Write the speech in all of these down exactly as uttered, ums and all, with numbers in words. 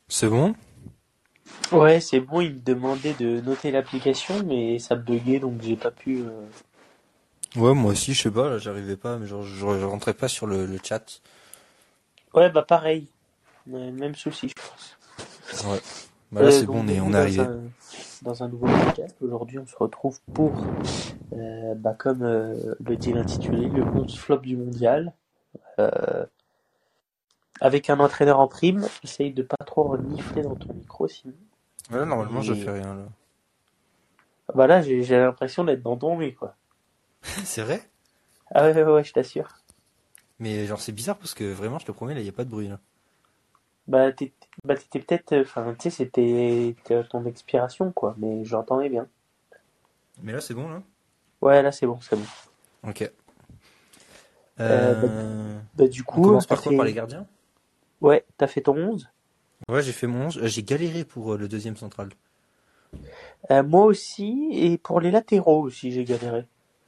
C'est bon? Ouais, c'est bon, il me demandait de noter l'application, mais ça buguait, donc j'ai pas pu... euh, Ouais, moi aussi, je sais pas, là, j'arrivais pas, mais genre, je, je rentrais pas sur le, le chat. Ouais, bah pareil, euh, même souci, je pense. Ouais. Bah là, Euh, c'est bon, donc on est, on bienvenue est dans arrivé. un, dans un nouveau podcast. Aujourd'hui, on se retrouve pour, euh, bah, comme euh, le dit l'intitulé, le onze flop du mondial, euh, avec un entraîneur en prime. Essaye de pas trop renifler dans ton micro, sinon. Ouais, là, normalement, je fais Et rien, là. bah là, j'ai j'ai l'impression d'être dans ton nez, quoi. C'est vrai? Ah ouais, ouais, ouais, je t'assure. Mais genre, c'est bizarre parce que vraiment, je te promets, là, y a pas de bruit, là. Bah, t'étais bah, t'étais peut-être... Enfin, tu sais, c'était c'était ton expiration, quoi, mais j'entendais bien. Mais là, c'est bon, là? Ouais, là, c'est bon, c'est bon. Ok. Euh, bah, Euh... bah, du On coup, commence t'as par quoi? Par les fait... gardiens? Ouais, t'as fait ton onze. Ouais, j'ai fait mon onze. Euh, J'ai galéré pour euh, le deuxième central. Euh, moi aussi, et pour les latéraux aussi, j'ai galéré.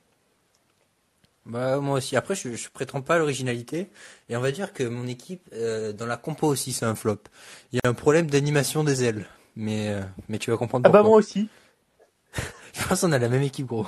Bah, moi aussi. Après, je, je prétends pas à l'originalité. Et on va dire que mon équipe, euh, dans la compo aussi, c'est un flop. Il y a un problème d'animation des ailes. Mais, euh, mais tu vas comprendre Ah bah moi pourquoi. aussi. Je pense qu'on a la même équipe, gros.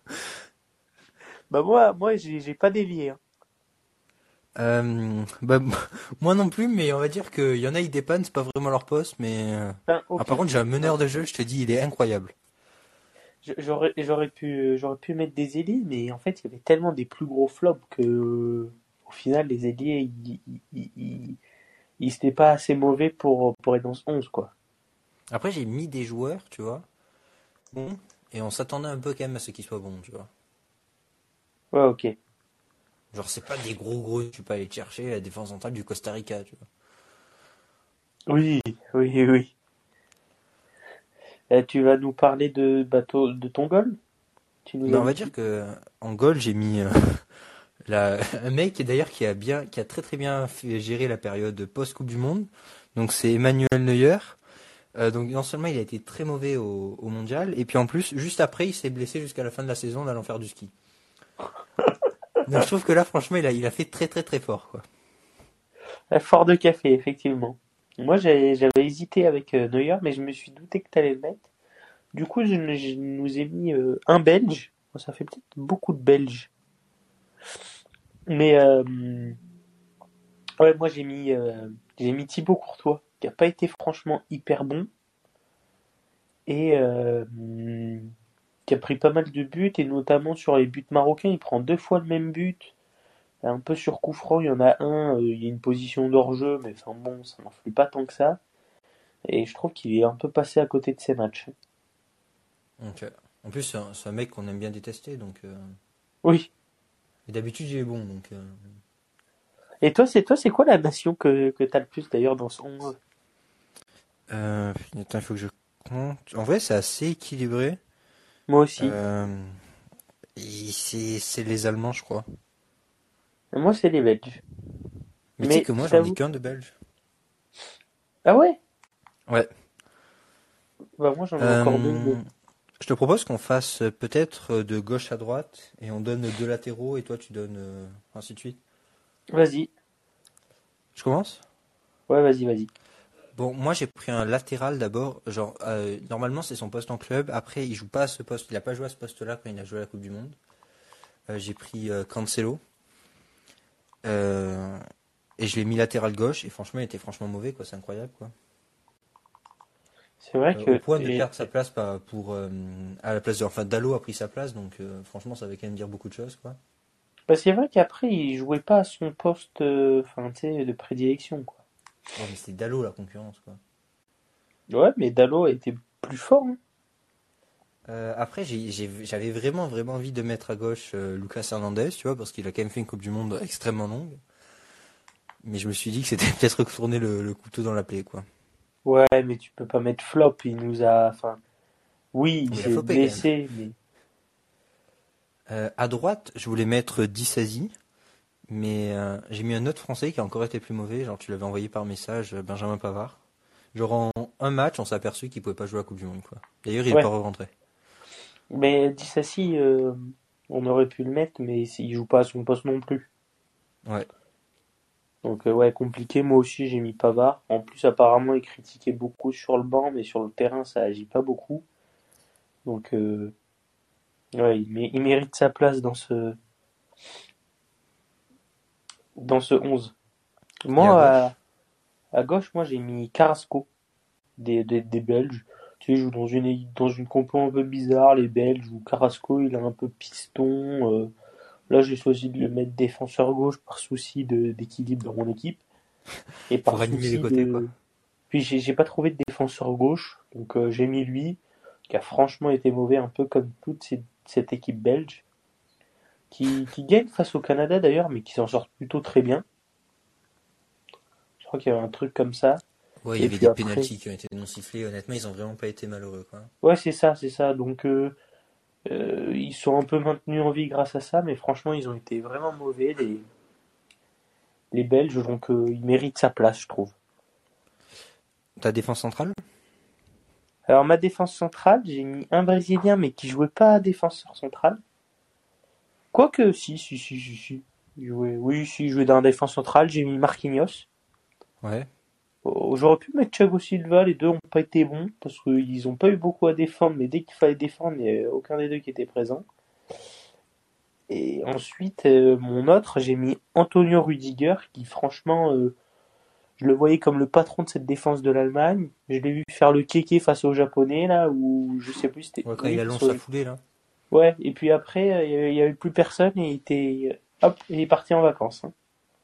Bah moi, moi j'ai j'ai pas dévié, hein. Euh, bah, moi non plus, mais on va dire qu'il y en a, ils dépannent, c'est pas vraiment leur poste, mais... euh, Enfin, Ah, ok. par contre, j'ai un Enfin, meneur de jeu, je te dis, il est incroyable. j- j'aurais j'aurais pu j'aurais pu mettre des ailiers, mais en fait, il y avait tellement des plus gros flops que euh, au final, les ailiers, ils ils ils, ils- ils étaient pas assez mauvais pour pour être dans ce onze, quoi. Après, j'ai mis des joueurs, tu vois, bons, et on s'attendait un peu quand même à ce qu'ils soient bons, tu vois. Ouais, ok. Genre, c'est pas des gros gros, tu peux aller te chercher la défense centrale du Costa Rica, tu vois. Oui, oui, oui. Euh, tu vas nous parler de bateau de ton goal? Tu nous Bah, on avais va dire dit? que en goal, j'ai mis euh, la... un mec d'ailleurs qui a bien, qui a très très bien fait gérer la période post-Coupe du Monde. Donc, c'est Emmanuel Neuer. Euh, donc non seulement il a été très mauvais au, au mondial, et puis en plus, juste après, il s'est blessé jusqu'à la fin de la saison en allant faire du ski. Donc je trouve que là, franchement, il a, il a fait très très très fort, quoi. Euh, Fort de café, effectivement. Moi, j'avais j'avais hésité avec euh, Neuer, mais je me suis douté que t'allais le mettre. Du coup, je, ne- je nous ai mis euh, un Belge. Bon, ça fait peut-être beaucoup de Belges. Mais euh, ouais, moi j'ai mis euh, j'ai mis Thibaut Courtois, qui a pas été franchement hyper bon et euh, qui a pris pas mal de buts et notamment sur les buts marocains, il prend deux fois le même but. Un peu sur coup franc, il y en a un, euh, il y a une position d'hors-jeu, mais enfin bon, ça n'influe pas tant que ça. Et je trouve qu'il est un peu passé à côté de ses matchs. Donc, euh, en plus, c'est un, c'est un mec qu'on aime bien détester, donc... euh, Oui. Et d'habitude, il est bon, donc... euh, Et toi, c'est toi, c'est quoi la nation que, que t'as le plus d'ailleurs dans son... euh, Attends, il faut que je compte. En vrai, c'est assez équilibré. Moi aussi. Euh, et c'est c'est les Allemands, je crois. Moi, c'est les Belges. Mais tu sais Mais que moi, je j'en ai t'avoue. qu'un de belge. Ah ouais? Ouais. Bah moi, j'en ai encore deux. Euh, je te propose qu'on fasse euh, peut-être euh, de gauche à droite, et on donne deux latéraux, et toi, tu donnes... euh, ainsi de suite. Vas-y. Je commence? Ouais, vas-y, vas-y. Bon, moi j'ai pris un latéral d'abord. Genre, euh, normalement c'est son poste en club. Après, il joue pas à ce poste. Il a pas joué à ce poste-là quand il a joué à la Coupe du Monde. Euh, j'ai pris euh, Cancelo. Euh, et je l'ai mis latéral gauche. Et franchement, il était franchement mauvais, quoi. C'est incroyable, quoi. C'est vrai Euh, au que point de et- perdre sa place pas pour euh, à la place de. Enfin, Dalot a pris sa place. Donc, euh, franchement, ça veut quand même dire beaucoup de choses, quoi. bah, c'est vrai qu'après, il jouait pas à son poste, euh, enfin, tu sais, de prédilection, quoi. Ouais, mais c'est Dalot la concurrence, quoi. Ouais, mais Dalot a été plus fort, hein. Euh, après, j'ai- j'ai- j'avais vraiment, vraiment envie de mettre à gauche euh, Lucas Hernandez, tu vois, parce qu'il a quand même fait une Coupe du Monde extrêmement longue. Mais je me suis dit que c'était peut-être retourner le, le couteau dans la plaie, quoi. Ouais, mais tu peux pas mettre flop. Il nous a, enfin, oui, il Mais il a s'est flopé quand même. blessé, mais Euh, à droite, je voulais mettre Dissasi, mais euh, j'ai mis un autre français qui a encore été plus mauvais. Genre, tu l'avais envoyé par message, euh, Benjamin Pavard. Genre, en un match, on s'est aperçu qu'il pouvait pas jouer à la Coupe du Monde, quoi. D'ailleurs, il est pas ouais. rentré. Mais Dissassi, euh, on aurait pu le mettre, mais il joue pas à son poste non plus. Ouais. Donc euh, ouais, compliqué. Moi aussi, j'ai mis Pavard. En plus, apparemment, il critiquait beaucoup sur le banc, mais sur le terrain, ça agit pas beaucoup. Donc euh, ouais, il, mé- il mérite sa place dans ce dans ce onze. Et à Moi, à, gauche? à gauche, moi, j'ai mis Carrasco, des, des, des Belges. Tu sais, ils jouent dans une dans une compo un peu bizarre, les Belges, où Carrasco, il est un peu piston. euh. Là, j'ai choisi de le mettre défenseur gauche par souci de d'équilibre dans mon équipe et par Pour animer les souci côtés, quoi. de. Puis j'ai j'ai pas trouvé de défenseur gauche, donc euh, j'ai mis lui, qui a franchement été mauvais, un peu comme toute cette, cette équipe belge, qui, qui gagne face au Canada d'ailleurs, mais qui s'en sort plutôt très bien. Je crois qu'il y avait un truc comme ça. Ouais, il y Et avait puis des après, pénaltys qui ont été non sifflés. Honnêtement, ils ont vraiment pas été malheureux, quoi. ouais, c'est ça, c'est ça. Donc euh, euh, ils sont un peu maintenus en vie grâce à ça, mais franchement, ils ont été vraiment mauvais, les, les Belges, donc euh, ils méritent sa place, je trouve. Ta défense centrale? Alors ma défense centrale, j'ai mis un Brésilien, mais qui jouait pas défenseur central. Quoique, si, si, si, si, si. Il jouait, oui, si, il jouait dans la défense centrale, j'ai mis Marquinhos. Ouais. Oh, j'aurais pu mettre Thiago Silva, les deux ont pas été bons, parce qu'ils ont pas eu beaucoup à défendre, mais dès qu'il fallait défendre, il n'y avait aucun des deux qui était présent. Et ensuite, euh, mon autre, j'ai mis Antonio Rudiger, qui franchement, euh, je le voyais comme le patron de cette défense de l'Allemagne. Je l'ai vu faire le kéké face aux Japonais, là, ou je sais plus, c'était, Ouais, quand oui, il face allonge sa aux... foulée, là. Ouais, et puis après, euh, il y avait- il y avait plus personne, et il était, hop, il est parti en vacances, hein.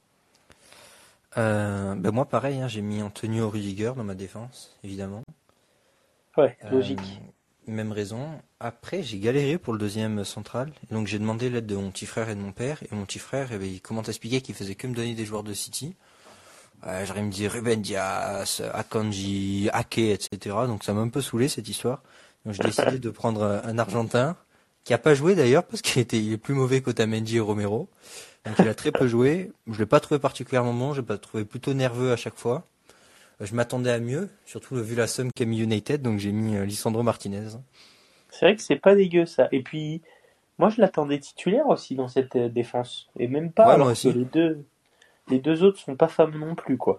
Euh, ben moi, pareil, hein, j'ai mis Antonio Rudiger dans ma défense, évidemment. Ouais, Euh, logique. Même raison. Après, j'ai galéré pour le deuxième central. Et donc, j'ai demandé l'aide de mon petit frère et de mon père. Et mon petit frère, eh ben, il comment t'expliquer qu'il faisait que me donner des joueurs de City. Euh, J'aurais me dire Ruben Dias, Akanji, Ake, et cetera. Donc, ça m'a un peu saoulé cette histoire. Donc, j'ai décidé de prendre un, un Argentin qui a pas joué d'ailleurs parce qu'il était, il est plus mauvais qu'Otamendi et Romero. Donc, il a très peu joué. Je l'ai pas trouvé particulièrement bon. Je l'ai pas trouvé plutôt nerveux à chaque fois. Euh, Je m'attendais à mieux, surtout vu la somme qu'a mis United. Donc, j'ai mis euh, Lisandro Martinez. C'est vrai que c'est pas dégueu ça. Et puis, moi je l'attendais titulaire aussi dans cette euh, défense. Et même pas, Ouais, moi alors que aussi. les deux, les deux autres sont pas fameux non plus, quoi.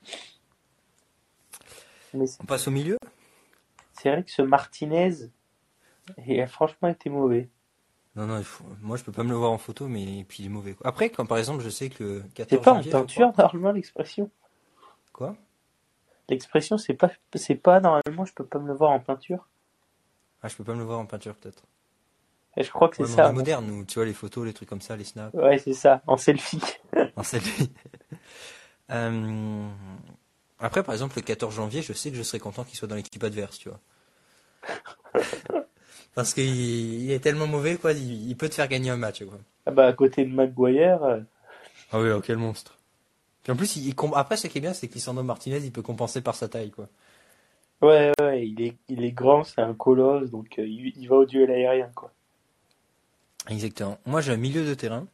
Mais c- On passe au milieu? c'est vrai que ce Martinez, il a franchement été mauvais. Non, non, il faut... moi je peux pas me le voir en photo, mais puis il est mauvais, quoi. Après, quand par exemple, je sais que le C'est quatorze pas en janvier, je crois. peinture normalement l'expression. Quoi? L'expression c'est pas, c'est pas normalement je peux pas me le voir en peinture. Ah, je peux pas me le voir en peinture, peut-être. Et je crois que c'est Ouais, mais on est ça, non? moderne, nous, tu vois, les photos, les trucs comme ça, les snaps. Ouais, c'est ça, en selfie. En selfie. Euh, Après, par exemple, le quatorze janvier, je sais que je serais content qu'il soit dans l'équipe adverse, tu vois. Parce qu'il il est tellement mauvais, quoi, il, il peut te faire gagner un match, quoi. Ah bah à côté de Maguire, euh, Ah oui, oh, quel monstre. Puis en plus, il, il com- après, ce qui est bien, c'est qu'Lisandro Martinez, il peut compenser par sa taille, quoi. ouais, ouais, ouais, il est, il est grand, c'est un colosse, donc euh, il, il va au duel aérien, quoi. Exactement. Moi, j'ai un milieu de terrain.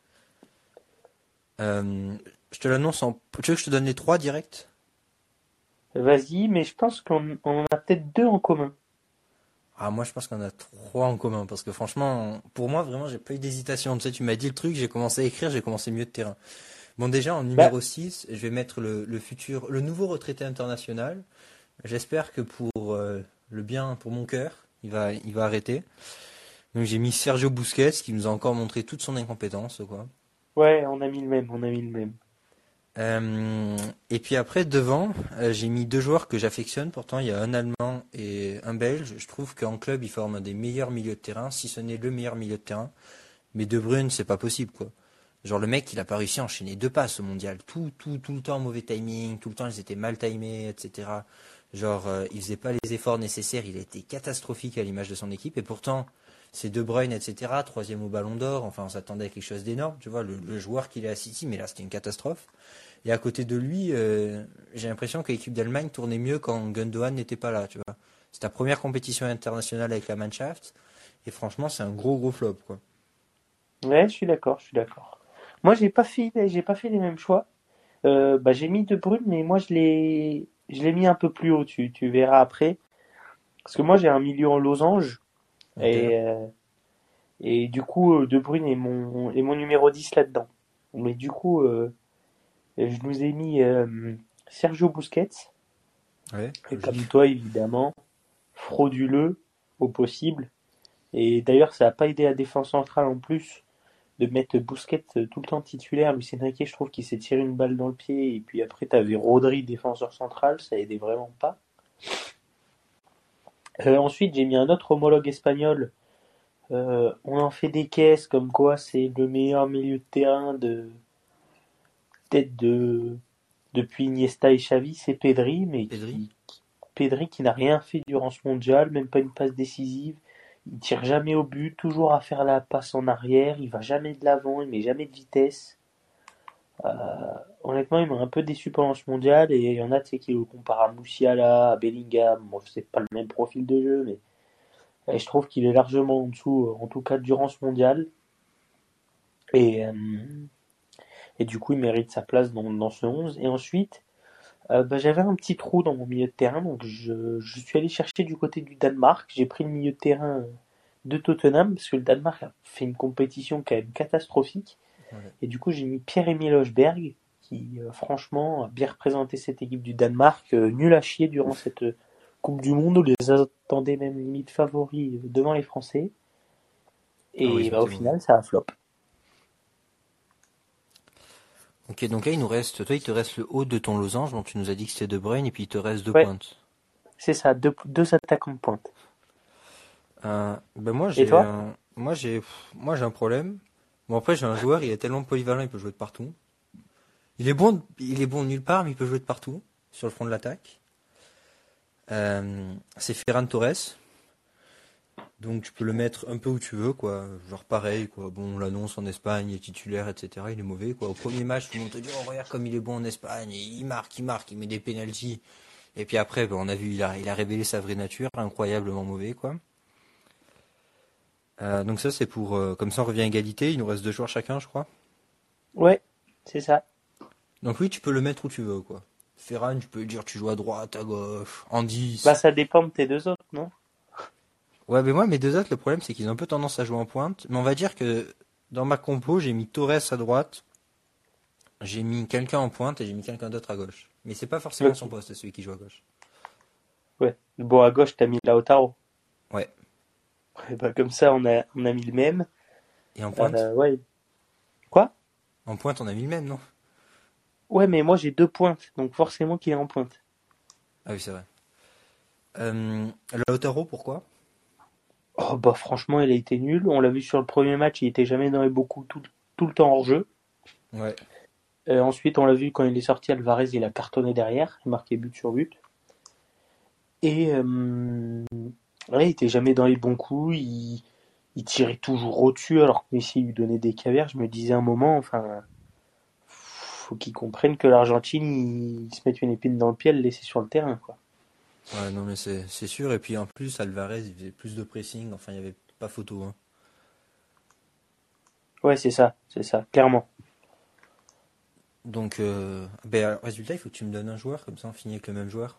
Euh, je te l'annonce en... Tu veux que je te donne les trois directs? Vas-y, mais je pense qu'on on en a peut-être deux en commun. Ah, moi, je pense qu'on a trois en commun. Parce que franchement, pour moi, vraiment, j'ai pas eu d'hésitation. Tu sais, tu m'as dit le truc, j'ai commencé à écrire, j'ai commencé milieu de terrain. Bon, déjà, en Bah, numéro six, je vais mettre le, le futur, le nouveau retraité international. J'espère que pour euh, le bien, pour mon cœur, il va, il va arrêter. Donc, j'ai mis Sergio Busquets, qui nous a encore montré toute son incompétence, quoi. ouais, on a mis le même, on a mis le même. Euh, et puis après, devant, euh, j'ai mis deux joueurs que j'affectionne. Pourtant, il y a un Allemand et un Belge. Je trouve qu'en club, ils forment un des meilleurs milieux de terrain, si ce n'est le meilleur milieu de terrain. Mais De Bruyne, c'est pas possible, quoi. Genre, le mec, il a pas réussi à enchaîner deux passes au mondial. Tout, tout, tout le temps, mauvais timing. Tout le temps, ils étaient mal timés, et cetera. Genre, euh, il faisait pas les efforts nécessaires. Il a été catastrophique à l'image de son équipe. Et pourtant, c'est De Bruyne, et cetera. Troisième au Ballon d'Or. Enfin, on s'attendait à quelque chose d'énorme. Tu vois, le, le joueur qu'il est à City, mais là, c'était une catastrophe. Et à côté de lui, euh, j'ai l'impression que l'équipe d'Allemagne tournait mieux quand Gundogan n'était pas là, tu vois. C'est ta première compétition internationale avec la Mannschaft, et franchement, c'est un gros gros flop, quoi. Ouais, je suis d'accord, je suis d'accord. Moi, j'ai pas fait, j'ai pas fait les mêmes choix. Euh, bah, j'ai mis De Bruyne, mais moi, je l'ai, je l'ai mis un peu plus haut. Tu, tu verras après. Parce que moi, j'ai un milieu en losange Ok. et euh, et du coup, euh, De Bruyne est mon est mon numéro dix là-dedans. Mais du coup, euh, Et je nous ai mis euh, Sergio Busquets, Ouais, et comme logique. toi évidemment, frauduleux au possible. Et d'ailleurs, ça n'a pas aidé la défense centrale en plus de mettre Busquets euh, tout le temps titulaire. Luis Enrique, je trouve qu'il s'est tiré une balle dans le pied. Et puis après, tu avais Rodri, défenseur central, ça aidait vraiment pas. Euh, ensuite, j'ai mis un autre homologue espagnol. Euh, on en fait des caisses comme quoi c'est le meilleur milieu de terrain de peut-être de depuis Iniesta et Xavi, c'est Pedri, mais Pedri? qui Pedri qui n'a rien fait durant ce mondial, même pas une passe décisive. Il tire jamais au but, toujours à faire la passe en arrière. Il va jamais de l'avant, il met jamais de vitesse. Euh, honnêtement, il m'a un peu déçu pendant ce mondial. Et il y en a tu sais, qui le comparent à Moussiala, à Bellingham. Bon, c'est pas le même profil de jeu, mais et je trouve qu'il est largement en dessous, euh, en tout cas durant ce mondial. Et, euh, et du coup, il mérite sa place dans, dans ce onze. Et ensuite, euh, bah, j'avais un petit trou dans mon milieu de terrain, donc je, je suis allé chercher du côté du Danemark. J'ai pris le milieu de terrain de Tottenham, parce que le Danemark a fait une compétition quand même catastrophique. Ouais. Et du coup, j'ai mis Pierre-Emile Højbjerg, qui euh, franchement a bien représenté cette équipe du Danemark, euh, nul à chier durant cette euh, Coupe du Monde, où les attendait même limite favoris euh, devant les Français. Ah oui, Et ils ont bah, au été mauvais. final, ça a flop. Ok, donc là, il nous reste, toi, il te reste le haut de ton losange, dont tu nous as dit que c'était De Bruyne, et puis il te reste deux Ouais, pointes. c'est ça, deux, deux attaquants de pointe. Euh, ben moi, Et j'ai toi? un, moi, j'ai, pff, moi, j'ai un problème. Bon, après, j'ai un joueur, il est tellement polyvalent, il peut jouer de partout. Il est bon, il est bon nulle part, mais il peut jouer de partout, sur le front de l'attaque. Euh, c'est Ferran Torres. Donc tu peux le mettre un peu où tu veux, quoi. Genre pareil, quoi. Bon, on l'annonce en Espagne, il est titulaire, et cetera. Il est mauvais, quoi. Au premier match, tout le monde te dit, oh, regarde comme il est bon en Espagne. Il marque, il marque, il met des pénaltys. Et puis après, ben, on a vu, il a, il a révélé sa vraie nature, incroyablement mauvais, quoi. Euh, donc ça, c'est pour... euh, comme ça, on revient à égalité. Il nous reste deux joueurs chacun, je crois. Ouais, c'est ça. Donc oui, tu peux le mettre où tu veux, quoi. Ferran, tu peux dire, tu joues à droite, à gauche, en Bah, dix. ça dépend de tes deux autres, non? Ouais, mais moi, mes deux autres, le problème, c'est qu'ils ont un peu tendance à jouer en pointe. Mais on va dire que dans ma compo, j'ai mis Torres à droite. J'ai mis quelqu'un en pointe et j'ai mis quelqu'un d'autre à gauche. Mais c'est pas forcément son Ok, poste, celui qui joue à gauche. ouais. Bon, à gauche, t'as mis Lautaro. Ouais. Ouais, bah, comme ça, on a, on a mis le même. Et en pointe? Euh, ouais. Quoi? En pointe, on a mis le même, non? Ouais, mais moi, j'ai deux pointes, donc forcément qu'il est en pointe. Ah oui, c'est vrai. Euh, Lautaro, pourquoi? Oh, bah, franchement, il a été nul. On l'a vu sur le premier match, il était jamais dans les beaucoup tout, tout le temps hors jeu. Ouais. Euh, ensuite, on l'a vu quand il est sorti, Alvarez, il a cartonné derrière, il marquait but sur but. Et, euh, ouais, il était jamais dans les bons coups, il, il tirait toujours au-dessus, alors que Messi lui donnait des caviars. Je me disais un moment, enfin, faut qu'ils comprennent que l'Argentine, ils se mettent une épine dans le pied, le laisser sur le terrain, quoi. Ouais, non, mais c'est c'est sûr. Et puis en plus, Alvarez, il faisait plus de pressing. Enfin, il y avait pas photo, hein. Ouais, c'est ça, c'est ça, clairement. Donc, euh, ben, alors, résultat, il faut que tu me donnes un joueur. Comme ça, on finit avec le même joueur.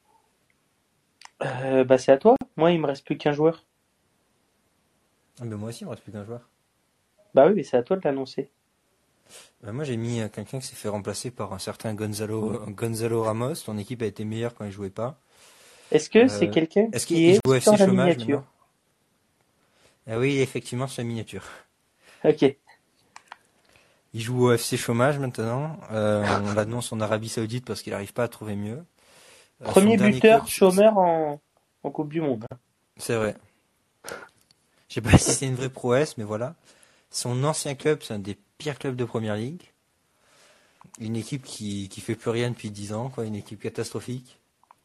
Euh, bah, c'est à toi. Moi, il me reste plus qu'un joueur. Ah, ben, moi aussi, il me reste plus qu'un joueur. Bah oui, mais c'est à toi de l'annoncer. Ben, moi, j'ai mis euh, quelqu'un qui s'est fait remplacer par un certain Gonzalo, Gonzalo Ramos. Ton équipe a été meilleure quand il jouait pas. Est-ce que c'est Euh, quelqu'un Est-ce qui qu'il est joue au F C sur la Chômage miniature? maintenant? Ah oui, effectivement, c'est la miniature. Ok. Il joue au F C Chômage maintenant. Euh, on l'annonce en Arabie Saoudite parce qu'il n'arrive pas à trouver mieux. Euh, son Premier dernier club, buteur c'est chômeur en, en Coupe du Monde. c'est vrai. Je sais pas si c'est une vraie prouesse, mais voilà. Son ancien club, c'est un des pires clubs de Première Ligue. Une équipe qui qui fait plus rien depuis dix ans, quoi. Une équipe catastrophique.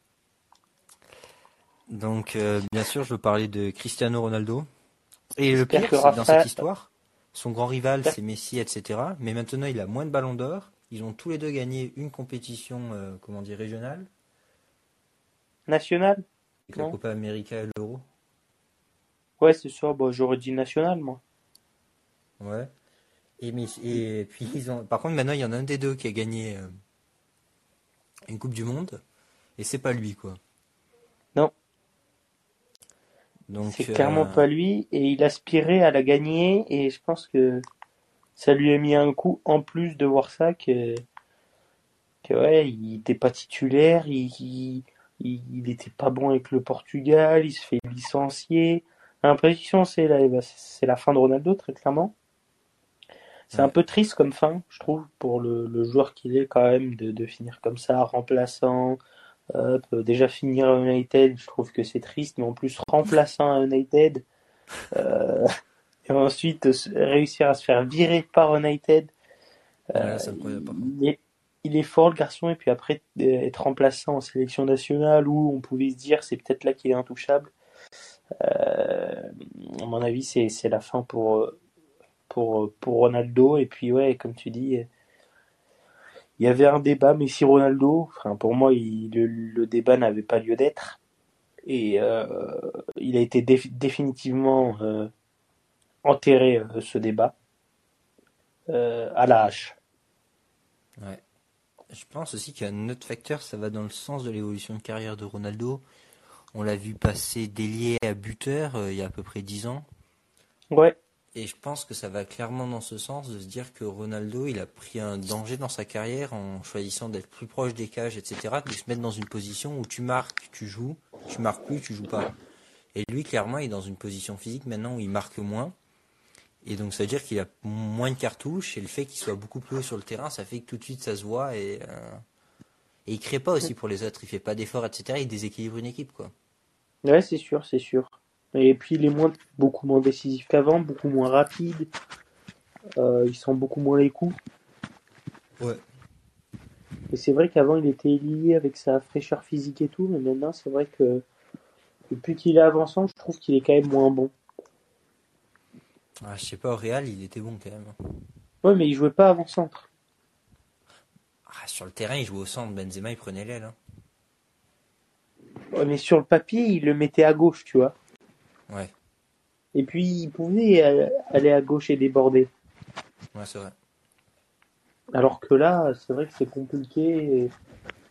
Donc, euh, bien sûr, je veux parler de Cristiano Ronaldo. Et le J'espère pire, que c'est dans cette Rafa, histoire, son grand rival, j'espère- c'est Messi, et cetera. Mais maintenant, il a moins de ballons d'or. Ils ont tous les deux gagné une compétition, euh, comment dire, régionale, national, avec la non? Copa América et l'Euro. Ouais, c'est ça. Bon, j'aurais dit national, moi. Ouais. Et, Messi- et puis, ils ont... par contre, maintenant, il y en a un des deux qui a gagné euh, une Coupe du Monde. Et c'est pas lui, quoi. Non, c'est Donc, clairement euh, pas lui. Et il aspirait à la gagner. Et je pense que ça lui a mis un coup en plus de voir ça que que ouais, il était pas titulaire, il, il, il était pas bon avec le Portugal, il se fait licencier. L'impression c'est la, bah, c'est la fin de Ronaldo très clairement. C'est un Ouais. peu triste comme fin, je trouve, pour le, le joueur qu'il est quand même, de, de finir comme ça, remplaçant. Hop, euh, déjà finir à United, je trouve que c'est triste, mais en plus remplaçant à United, euh, et ensuite euh, réussir à se faire virer par United. Ouais, là, Euh, c'est incroyable par contre. il est, il est fort le garçon, et puis après euh, être remplaçant en sélection nationale où on pouvait se dire c'est peut-être là qu'il est intouchable. Euh, à mon avis, c'est c'est la fin pour pour pour Ronaldo. Et puis ouais, comme tu dis, il y avait un débat Messi Ronaldo. Enfin pour moi, il, le, le débat n'avait pas lieu d'être. Et euh, il a été dé- définitivement euh, enterré, euh, ce débat, euh, à la hache. Ouais. Je pense aussi qu'il y a un autre facteur, ça va dans le sens de l'évolution de carrière de Ronaldo. On l'a vu passer d'ailier à buteur euh, il y a à peu près dix ans. Ouais, Et je pense que ça va clairement dans ce sens de se dire que Ronaldo, il a pris un danger dans sa carrière en choisissant d'être plus proche des cages, et cetera, de se mettre dans une position où tu marques, tu joues, tu marques plus, tu joues pas. Et lui, clairement, il est dans une position physique maintenant où il marque moins. Et donc ça veut dire qu'il a moins de cartouches et le fait qu'il soit beaucoup plus haut sur le terrain, ça fait que tout de suite ça se voit et, euh, et il crée pas aussi pour les autres, il fait pas d'efforts, et cetera. Il déséquilibre une équipe quoi. ouais, c'est sûr, c'est sûr. Et puis il est moins, beaucoup moins décisif qu'avant, beaucoup moins rapide. Euh, il sent beaucoup moins les coups. Ouais. Et c'est vrai qu'avant il était lié avec sa fraîcheur physique et tout, mais maintenant c'est vrai que depuis qu'il est avançant, je trouve qu'il est quand même moins bon. Ah, je sais pas, au Real, il était bon quand même. Ouais, mais il jouait pas avant-centre. Ah, sur le terrain, il jouait au centre, Benzema il prenait l'aile. Hein. Ouais, mais sur le papier, il le mettait à gauche, tu vois. Ouais, Et puis il pouvait euh, aller à gauche et déborder. ouais c'est vrai. Alors que là, c'est vrai que c'est compliqué. Et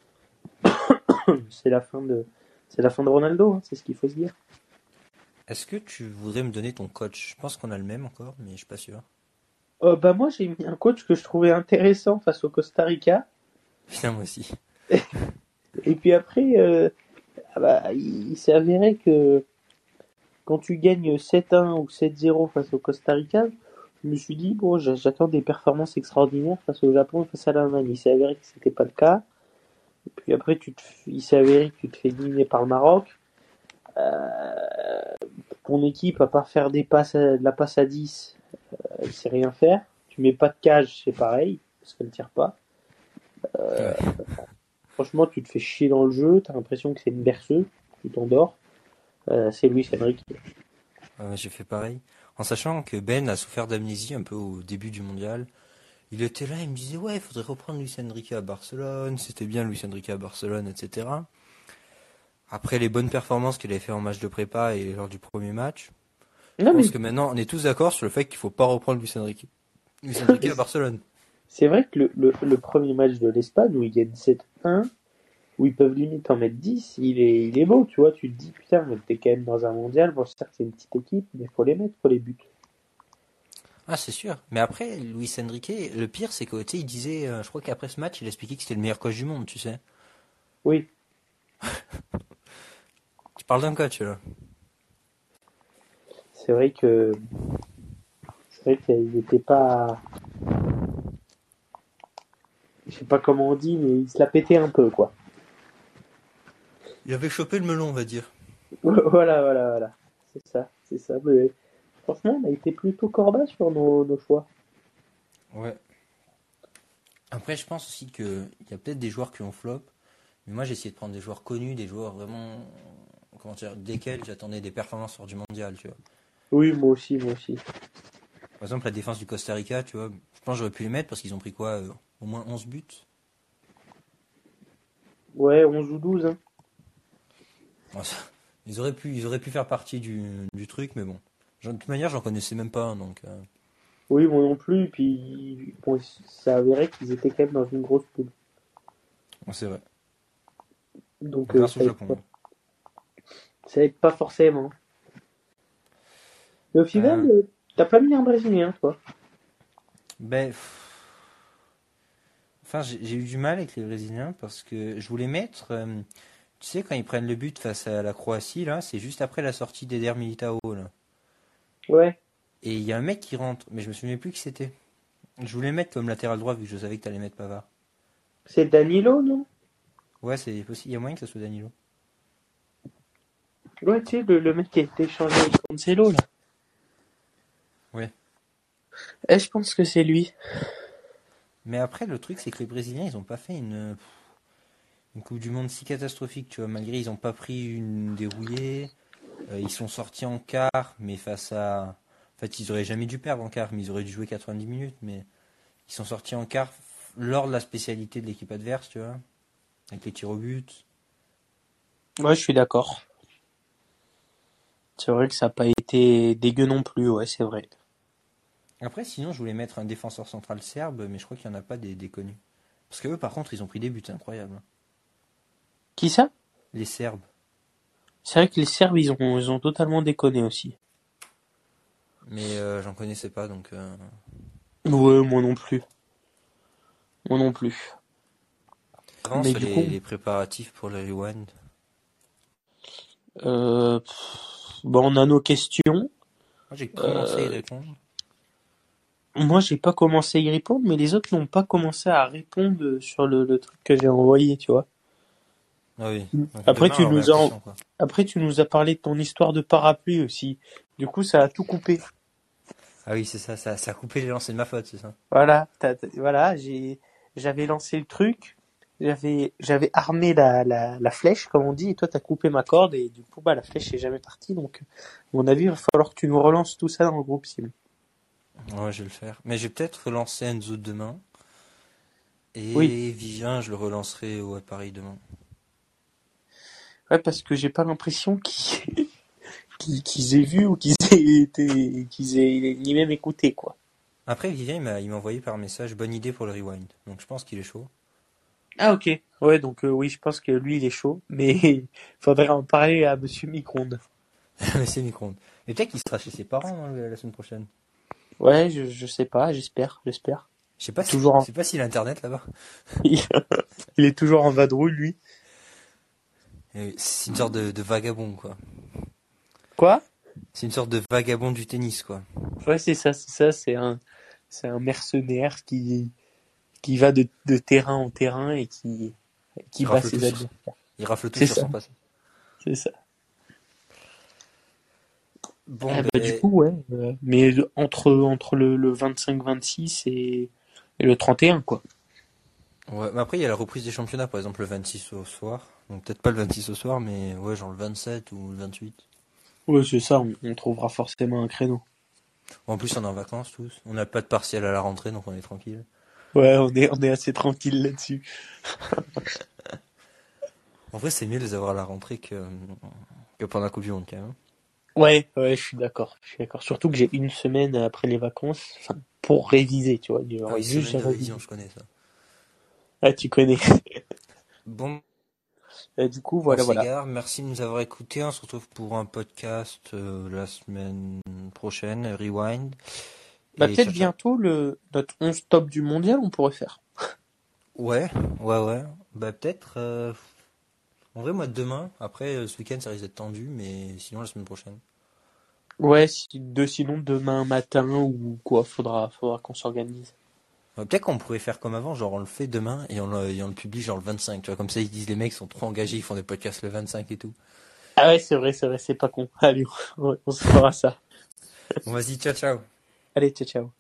c'est la fin de, c'est la fin de Ronaldo, hein, c'est ce qu'il faut se dire. Est-ce que tu voudrais me donner ton coach? Je pense qu'on a le même encore, mais je suis pas sûr. Euh, bah moi, j'ai mis un coach que je trouvais intéressant face au Costa Rica. Putain, moi aussi. Et puis après, euh, ah bah, il, il s'est avéré que quand tu gagnes sept un ou sept zéro face au Costa Rica, je me suis dit, bon, j'a- j'attends des performances extraordinaires face au Japon et face à l'Allemagne. Il s'est avéré que c'était pas le cas. Et puis après, tu te, il s'est avéré que tu te fais éliminer par le Maroc. Euh, Ton équipe, à part faire des passes à- de la passe à dix, elle sait rien faire. Tu mets pas de cage, c'est pareil, parce qu'elle tire pas. Ouais. Franchement, tu te fais chier dans le jeu, t'as l'impression que c'est une berceuse, tu t'endors. Euh, c'est Luis Enrique. Ouais, j'ai fait pareil. En sachant que Ben a souffert d'amnésie un peu au début du mondial. Il était là, il me disait ouais, il faudrait reprendre Luis Enrique à Barcelone, c'était bien Luis Enrique à Barcelone, et cetera. Après les bonnes performances qu'il avait fait en match de prépa et lors du premier match, je Non, pense mais, que maintenant on est tous d'accord sur le fait qu'il faut pas reprendre Luis Enrique. Luis Enrique mais à Barcelone. c'est vrai que le, le, le premier match de l'Espagne, où ils gagnent sept un, où ils peuvent limite en mettre dix, il est, il est beau, tu vois. Tu te dis, putain, mais t'es quand même dans un mondial. Bon, certes, c'est une petite équipe, mais faut les mettre, faut les buts. Ah c'est sûr. Mais après, Luis Enrique, le pire c'est qu'au il disait, euh, je crois qu'après ce match, il expliquait que c'était le meilleur coach du monde, tu sais. Oui, Tu parles d'un coach là. c'est vrai que c'est vrai qu'il n'était pas, je sais pas comment on dit, mais il se la pétait un peu, quoi. Il avait chopé le melon, on va dire. Voilà, voilà, voilà. C'est ça, c'est ça. Mais franchement, on a été plutôt corda sur nos, nos choix. Ouais. Après, je pense aussi que il y a peut-être des joueurs qui ont flop. Mais moi, j'ai essayé de prendre des joueurs connus, des joueurs vraiment, comment dire, desquels j'attendais des performances hors du mondial, tu vois. Oui, moi aussi, moi aussi. Par exemple, la défense du Costa Rica, tu vois, je pense que j'aurais pu les mettre parce qu'ils ont pris quoi, euh, au moins onze buts. Ouais, onze ou douze, hein. Bon, ça, ils auraient pu, ils auraient pu faire partie du, du truc, mais bon. De toute manière, j'en connaissais même pas, un, donc. euh, Oui, moi non plus. Puis, bon, ça avérait qu'ils étaient quand même dans une grosse poule. bon, c'est vrai. Donc, euh, Grâce au ça aide Japon. pas. Ça aide pas forcément. Mais au final, Euh, euh, t'as pas mis un Brésilien, toi. ben, pff, Enfin, j'ai j'ai eu du mal avec les Brésiliens parce que je voulais mettre, euh, tu sais, quand ils prennent le but face à la Croatie, là, c'est juste après la sortie d'Eder Militao, là. Ouais. Et il y a un mec qui rentre, mais je me souviens plus qui c'était. Je voulais mettre comme latéral droit vu que je savais que t'allais mettre Pavard. C'est Danilo, non? Ouais, c'est possible, il y a moyen que ça soit Danilo. Ouais, tu sais, le, le mec qui a été échangé avec Cancelo, là. Ouais. Eh, je pense que c'est lui. Mais après, le truc, c'est que les Brésiliens, ils ont pas fait une, une Coupe du Monde si catastrophique, tu vois. Malgré, ils ont pas pris une dérouillée. Euh, ils sont sortis en quart, mais face à. En fait, ils auraient jamais dû perdre en quart, mais ils auraient dû jouer quatre-vingt-dix minutes. Mais ils sont sortis en quart lors de la spécialité de l'équipe adverse, tu vois. Avec les tirs au but. Ouais, je suis d'accord. C'est vrai que ça n'a pas été dégueu non plus, ouais, c'est vrai. Après, sinon, je voulais mettre un défenseur central serbe, mais je crois qu'il n'y en a pas des, des connus. Parce que eux, par contre, ils ont pris des buts, c'est incroyable. Qui ça? Les Serbes. C'est vrai que les Serbes, ils ont, ils ont totalement déconné aussi. Mais euh, j'en connaissais pas, donc. Euh... Ouais, moi non plus. Moi non plus. Avant, Mais sur du coup, les, les préparatifs pour le rewind. euh, pff, bon, on a nos questions. Moi, j'ai commencé à y Euh, répondre. moi, j'ai pas commencé à y répondre, mais les autres n'ont pas commencé à répondre sur le, le truc que j'ai envoyé, tu vois. Ah oui. Donc Après, demain, tu on remet la nous as, pression, quoi. après, tu nous as parlé de ton histoire de parapluie aussi. Du coup, ça a tout coupé. Ah oui, c'est ça, ça, ça a coupé les lancers, c'est de ma faute, c'est ça. Voilà, t'as- t'as- voilà, j'ai, j'avais lancé le truc, j'avais, j'avais armé la, la, la flèche, comme on dit, et toi t'as coupé ma corde, et du coup, bah, la flèche est jamais partie, donc, à mon avis, il va falloir que tu nous relances tout ça dans le groupe, Sim. Ouais, je vais le faire. Mais je vais peut-être relancer Enzo demain. Oui, Et Vivien, je le relancerai au Paris demain. ouais, parce que j'ai pas l'impression qu'ils, qu'ils, qu'ils aient vu ou qu'ils aient été, qu'ils aient ni même écouté, quoi. Après, Vivien, il m'a il m'a envoyé par message bonne idée pour le rewind. Donc je pense qu'il est chaud. Ah, ok. Ouais, donc, euh, oui, je pense que lui, il est chaud, mais il faudrait en parler à Monsieur Micronde. Mais c'est micro-ondes. Mais peut-être qu'il sera chez ses parents hein, la semaine prochaine. Ouais, je, je sais pas, j'espère, j'espère. Je sais pas si, Toujours je en... sais pas s'il a internet là-bas. il est toujours en vadrouille, lui. Et C'est une sorte de, de vagabond, quoi. Quoi? C'est une sorte de vagabond du tennis, quoi. Ouais, c'est ça, c'est ça, c'est un, c'est un mercenaire qui, qui va de, de terrain en terrain et qui, qui Il bat rafle tout ses sur, adversaires. il rafle tout C'est sur ça, son passé. c'est ça. Bon, Eh ben, du ben, coup, ouais, euh, mais entre, entre le, le vingt-cinq vingt-six et, et le trente et un, quoi. ouais. Mais après, il y a la reprise des championnats, par exemple le vingt-six au soir. Donc peut-être pas le vingt-six au soir, mais ouais, genre le vingt-sept ou le vingt-huit. Ouais, c'est ça, on, on trouvera forcément un créneau. En plus, on est en vacances tous. On n'a pas de partiel à la rentrée, donc on est tranquille. Ouais, on est, on est assez tranquille là-dessus. En vrai, c'est mieux de les avoir à la rentrée que, que pendant la Coupe du Monde, quand même. Ouais, ouais, je suis d'accord, je suis d'accord. Surtout que j'ai une semaine après les vacances, enfin, pour réviser, tu vois. Ah Genre, oui, juste semaine j'ai de révision, révisé. je connais ça. Ah, tu connais. Bon, Et du coup, on voilà, voilà. s'égare. Merci de nous avoir écoutés. On se retrouve pour un podcast euh, la semaine prochaine, Rewind. Bah, Et peut-être ciao, ciao. bientôt le, notre onze top du mondial, on pourrait faire. Ouais, ouais, ouais. Bah peut-être. euh, En vrai, moi, demain. Après, euh, ce week-end, ça risque d'être tendu, mais sinon, la semaine prochaine. Ouais, si, de, sinon demain matin ou quoi, faudra, faudra qu'on s'organise. Ouais, peut-être qu'on pourrait faire comme avant, genre on le fait demain et on le, et on le publie genre le vingt-cinq, tu vois, comme ça ils disent les mecs sont trop engagés, ils font des podcasts le vingt-cinq et tout. Ah ouais, c'est vrai, c'est vrai, c'est pas con. Allez, on, on se fera ça. Bon, vas-y, ciao, ciao. Allez, ciao, ciao.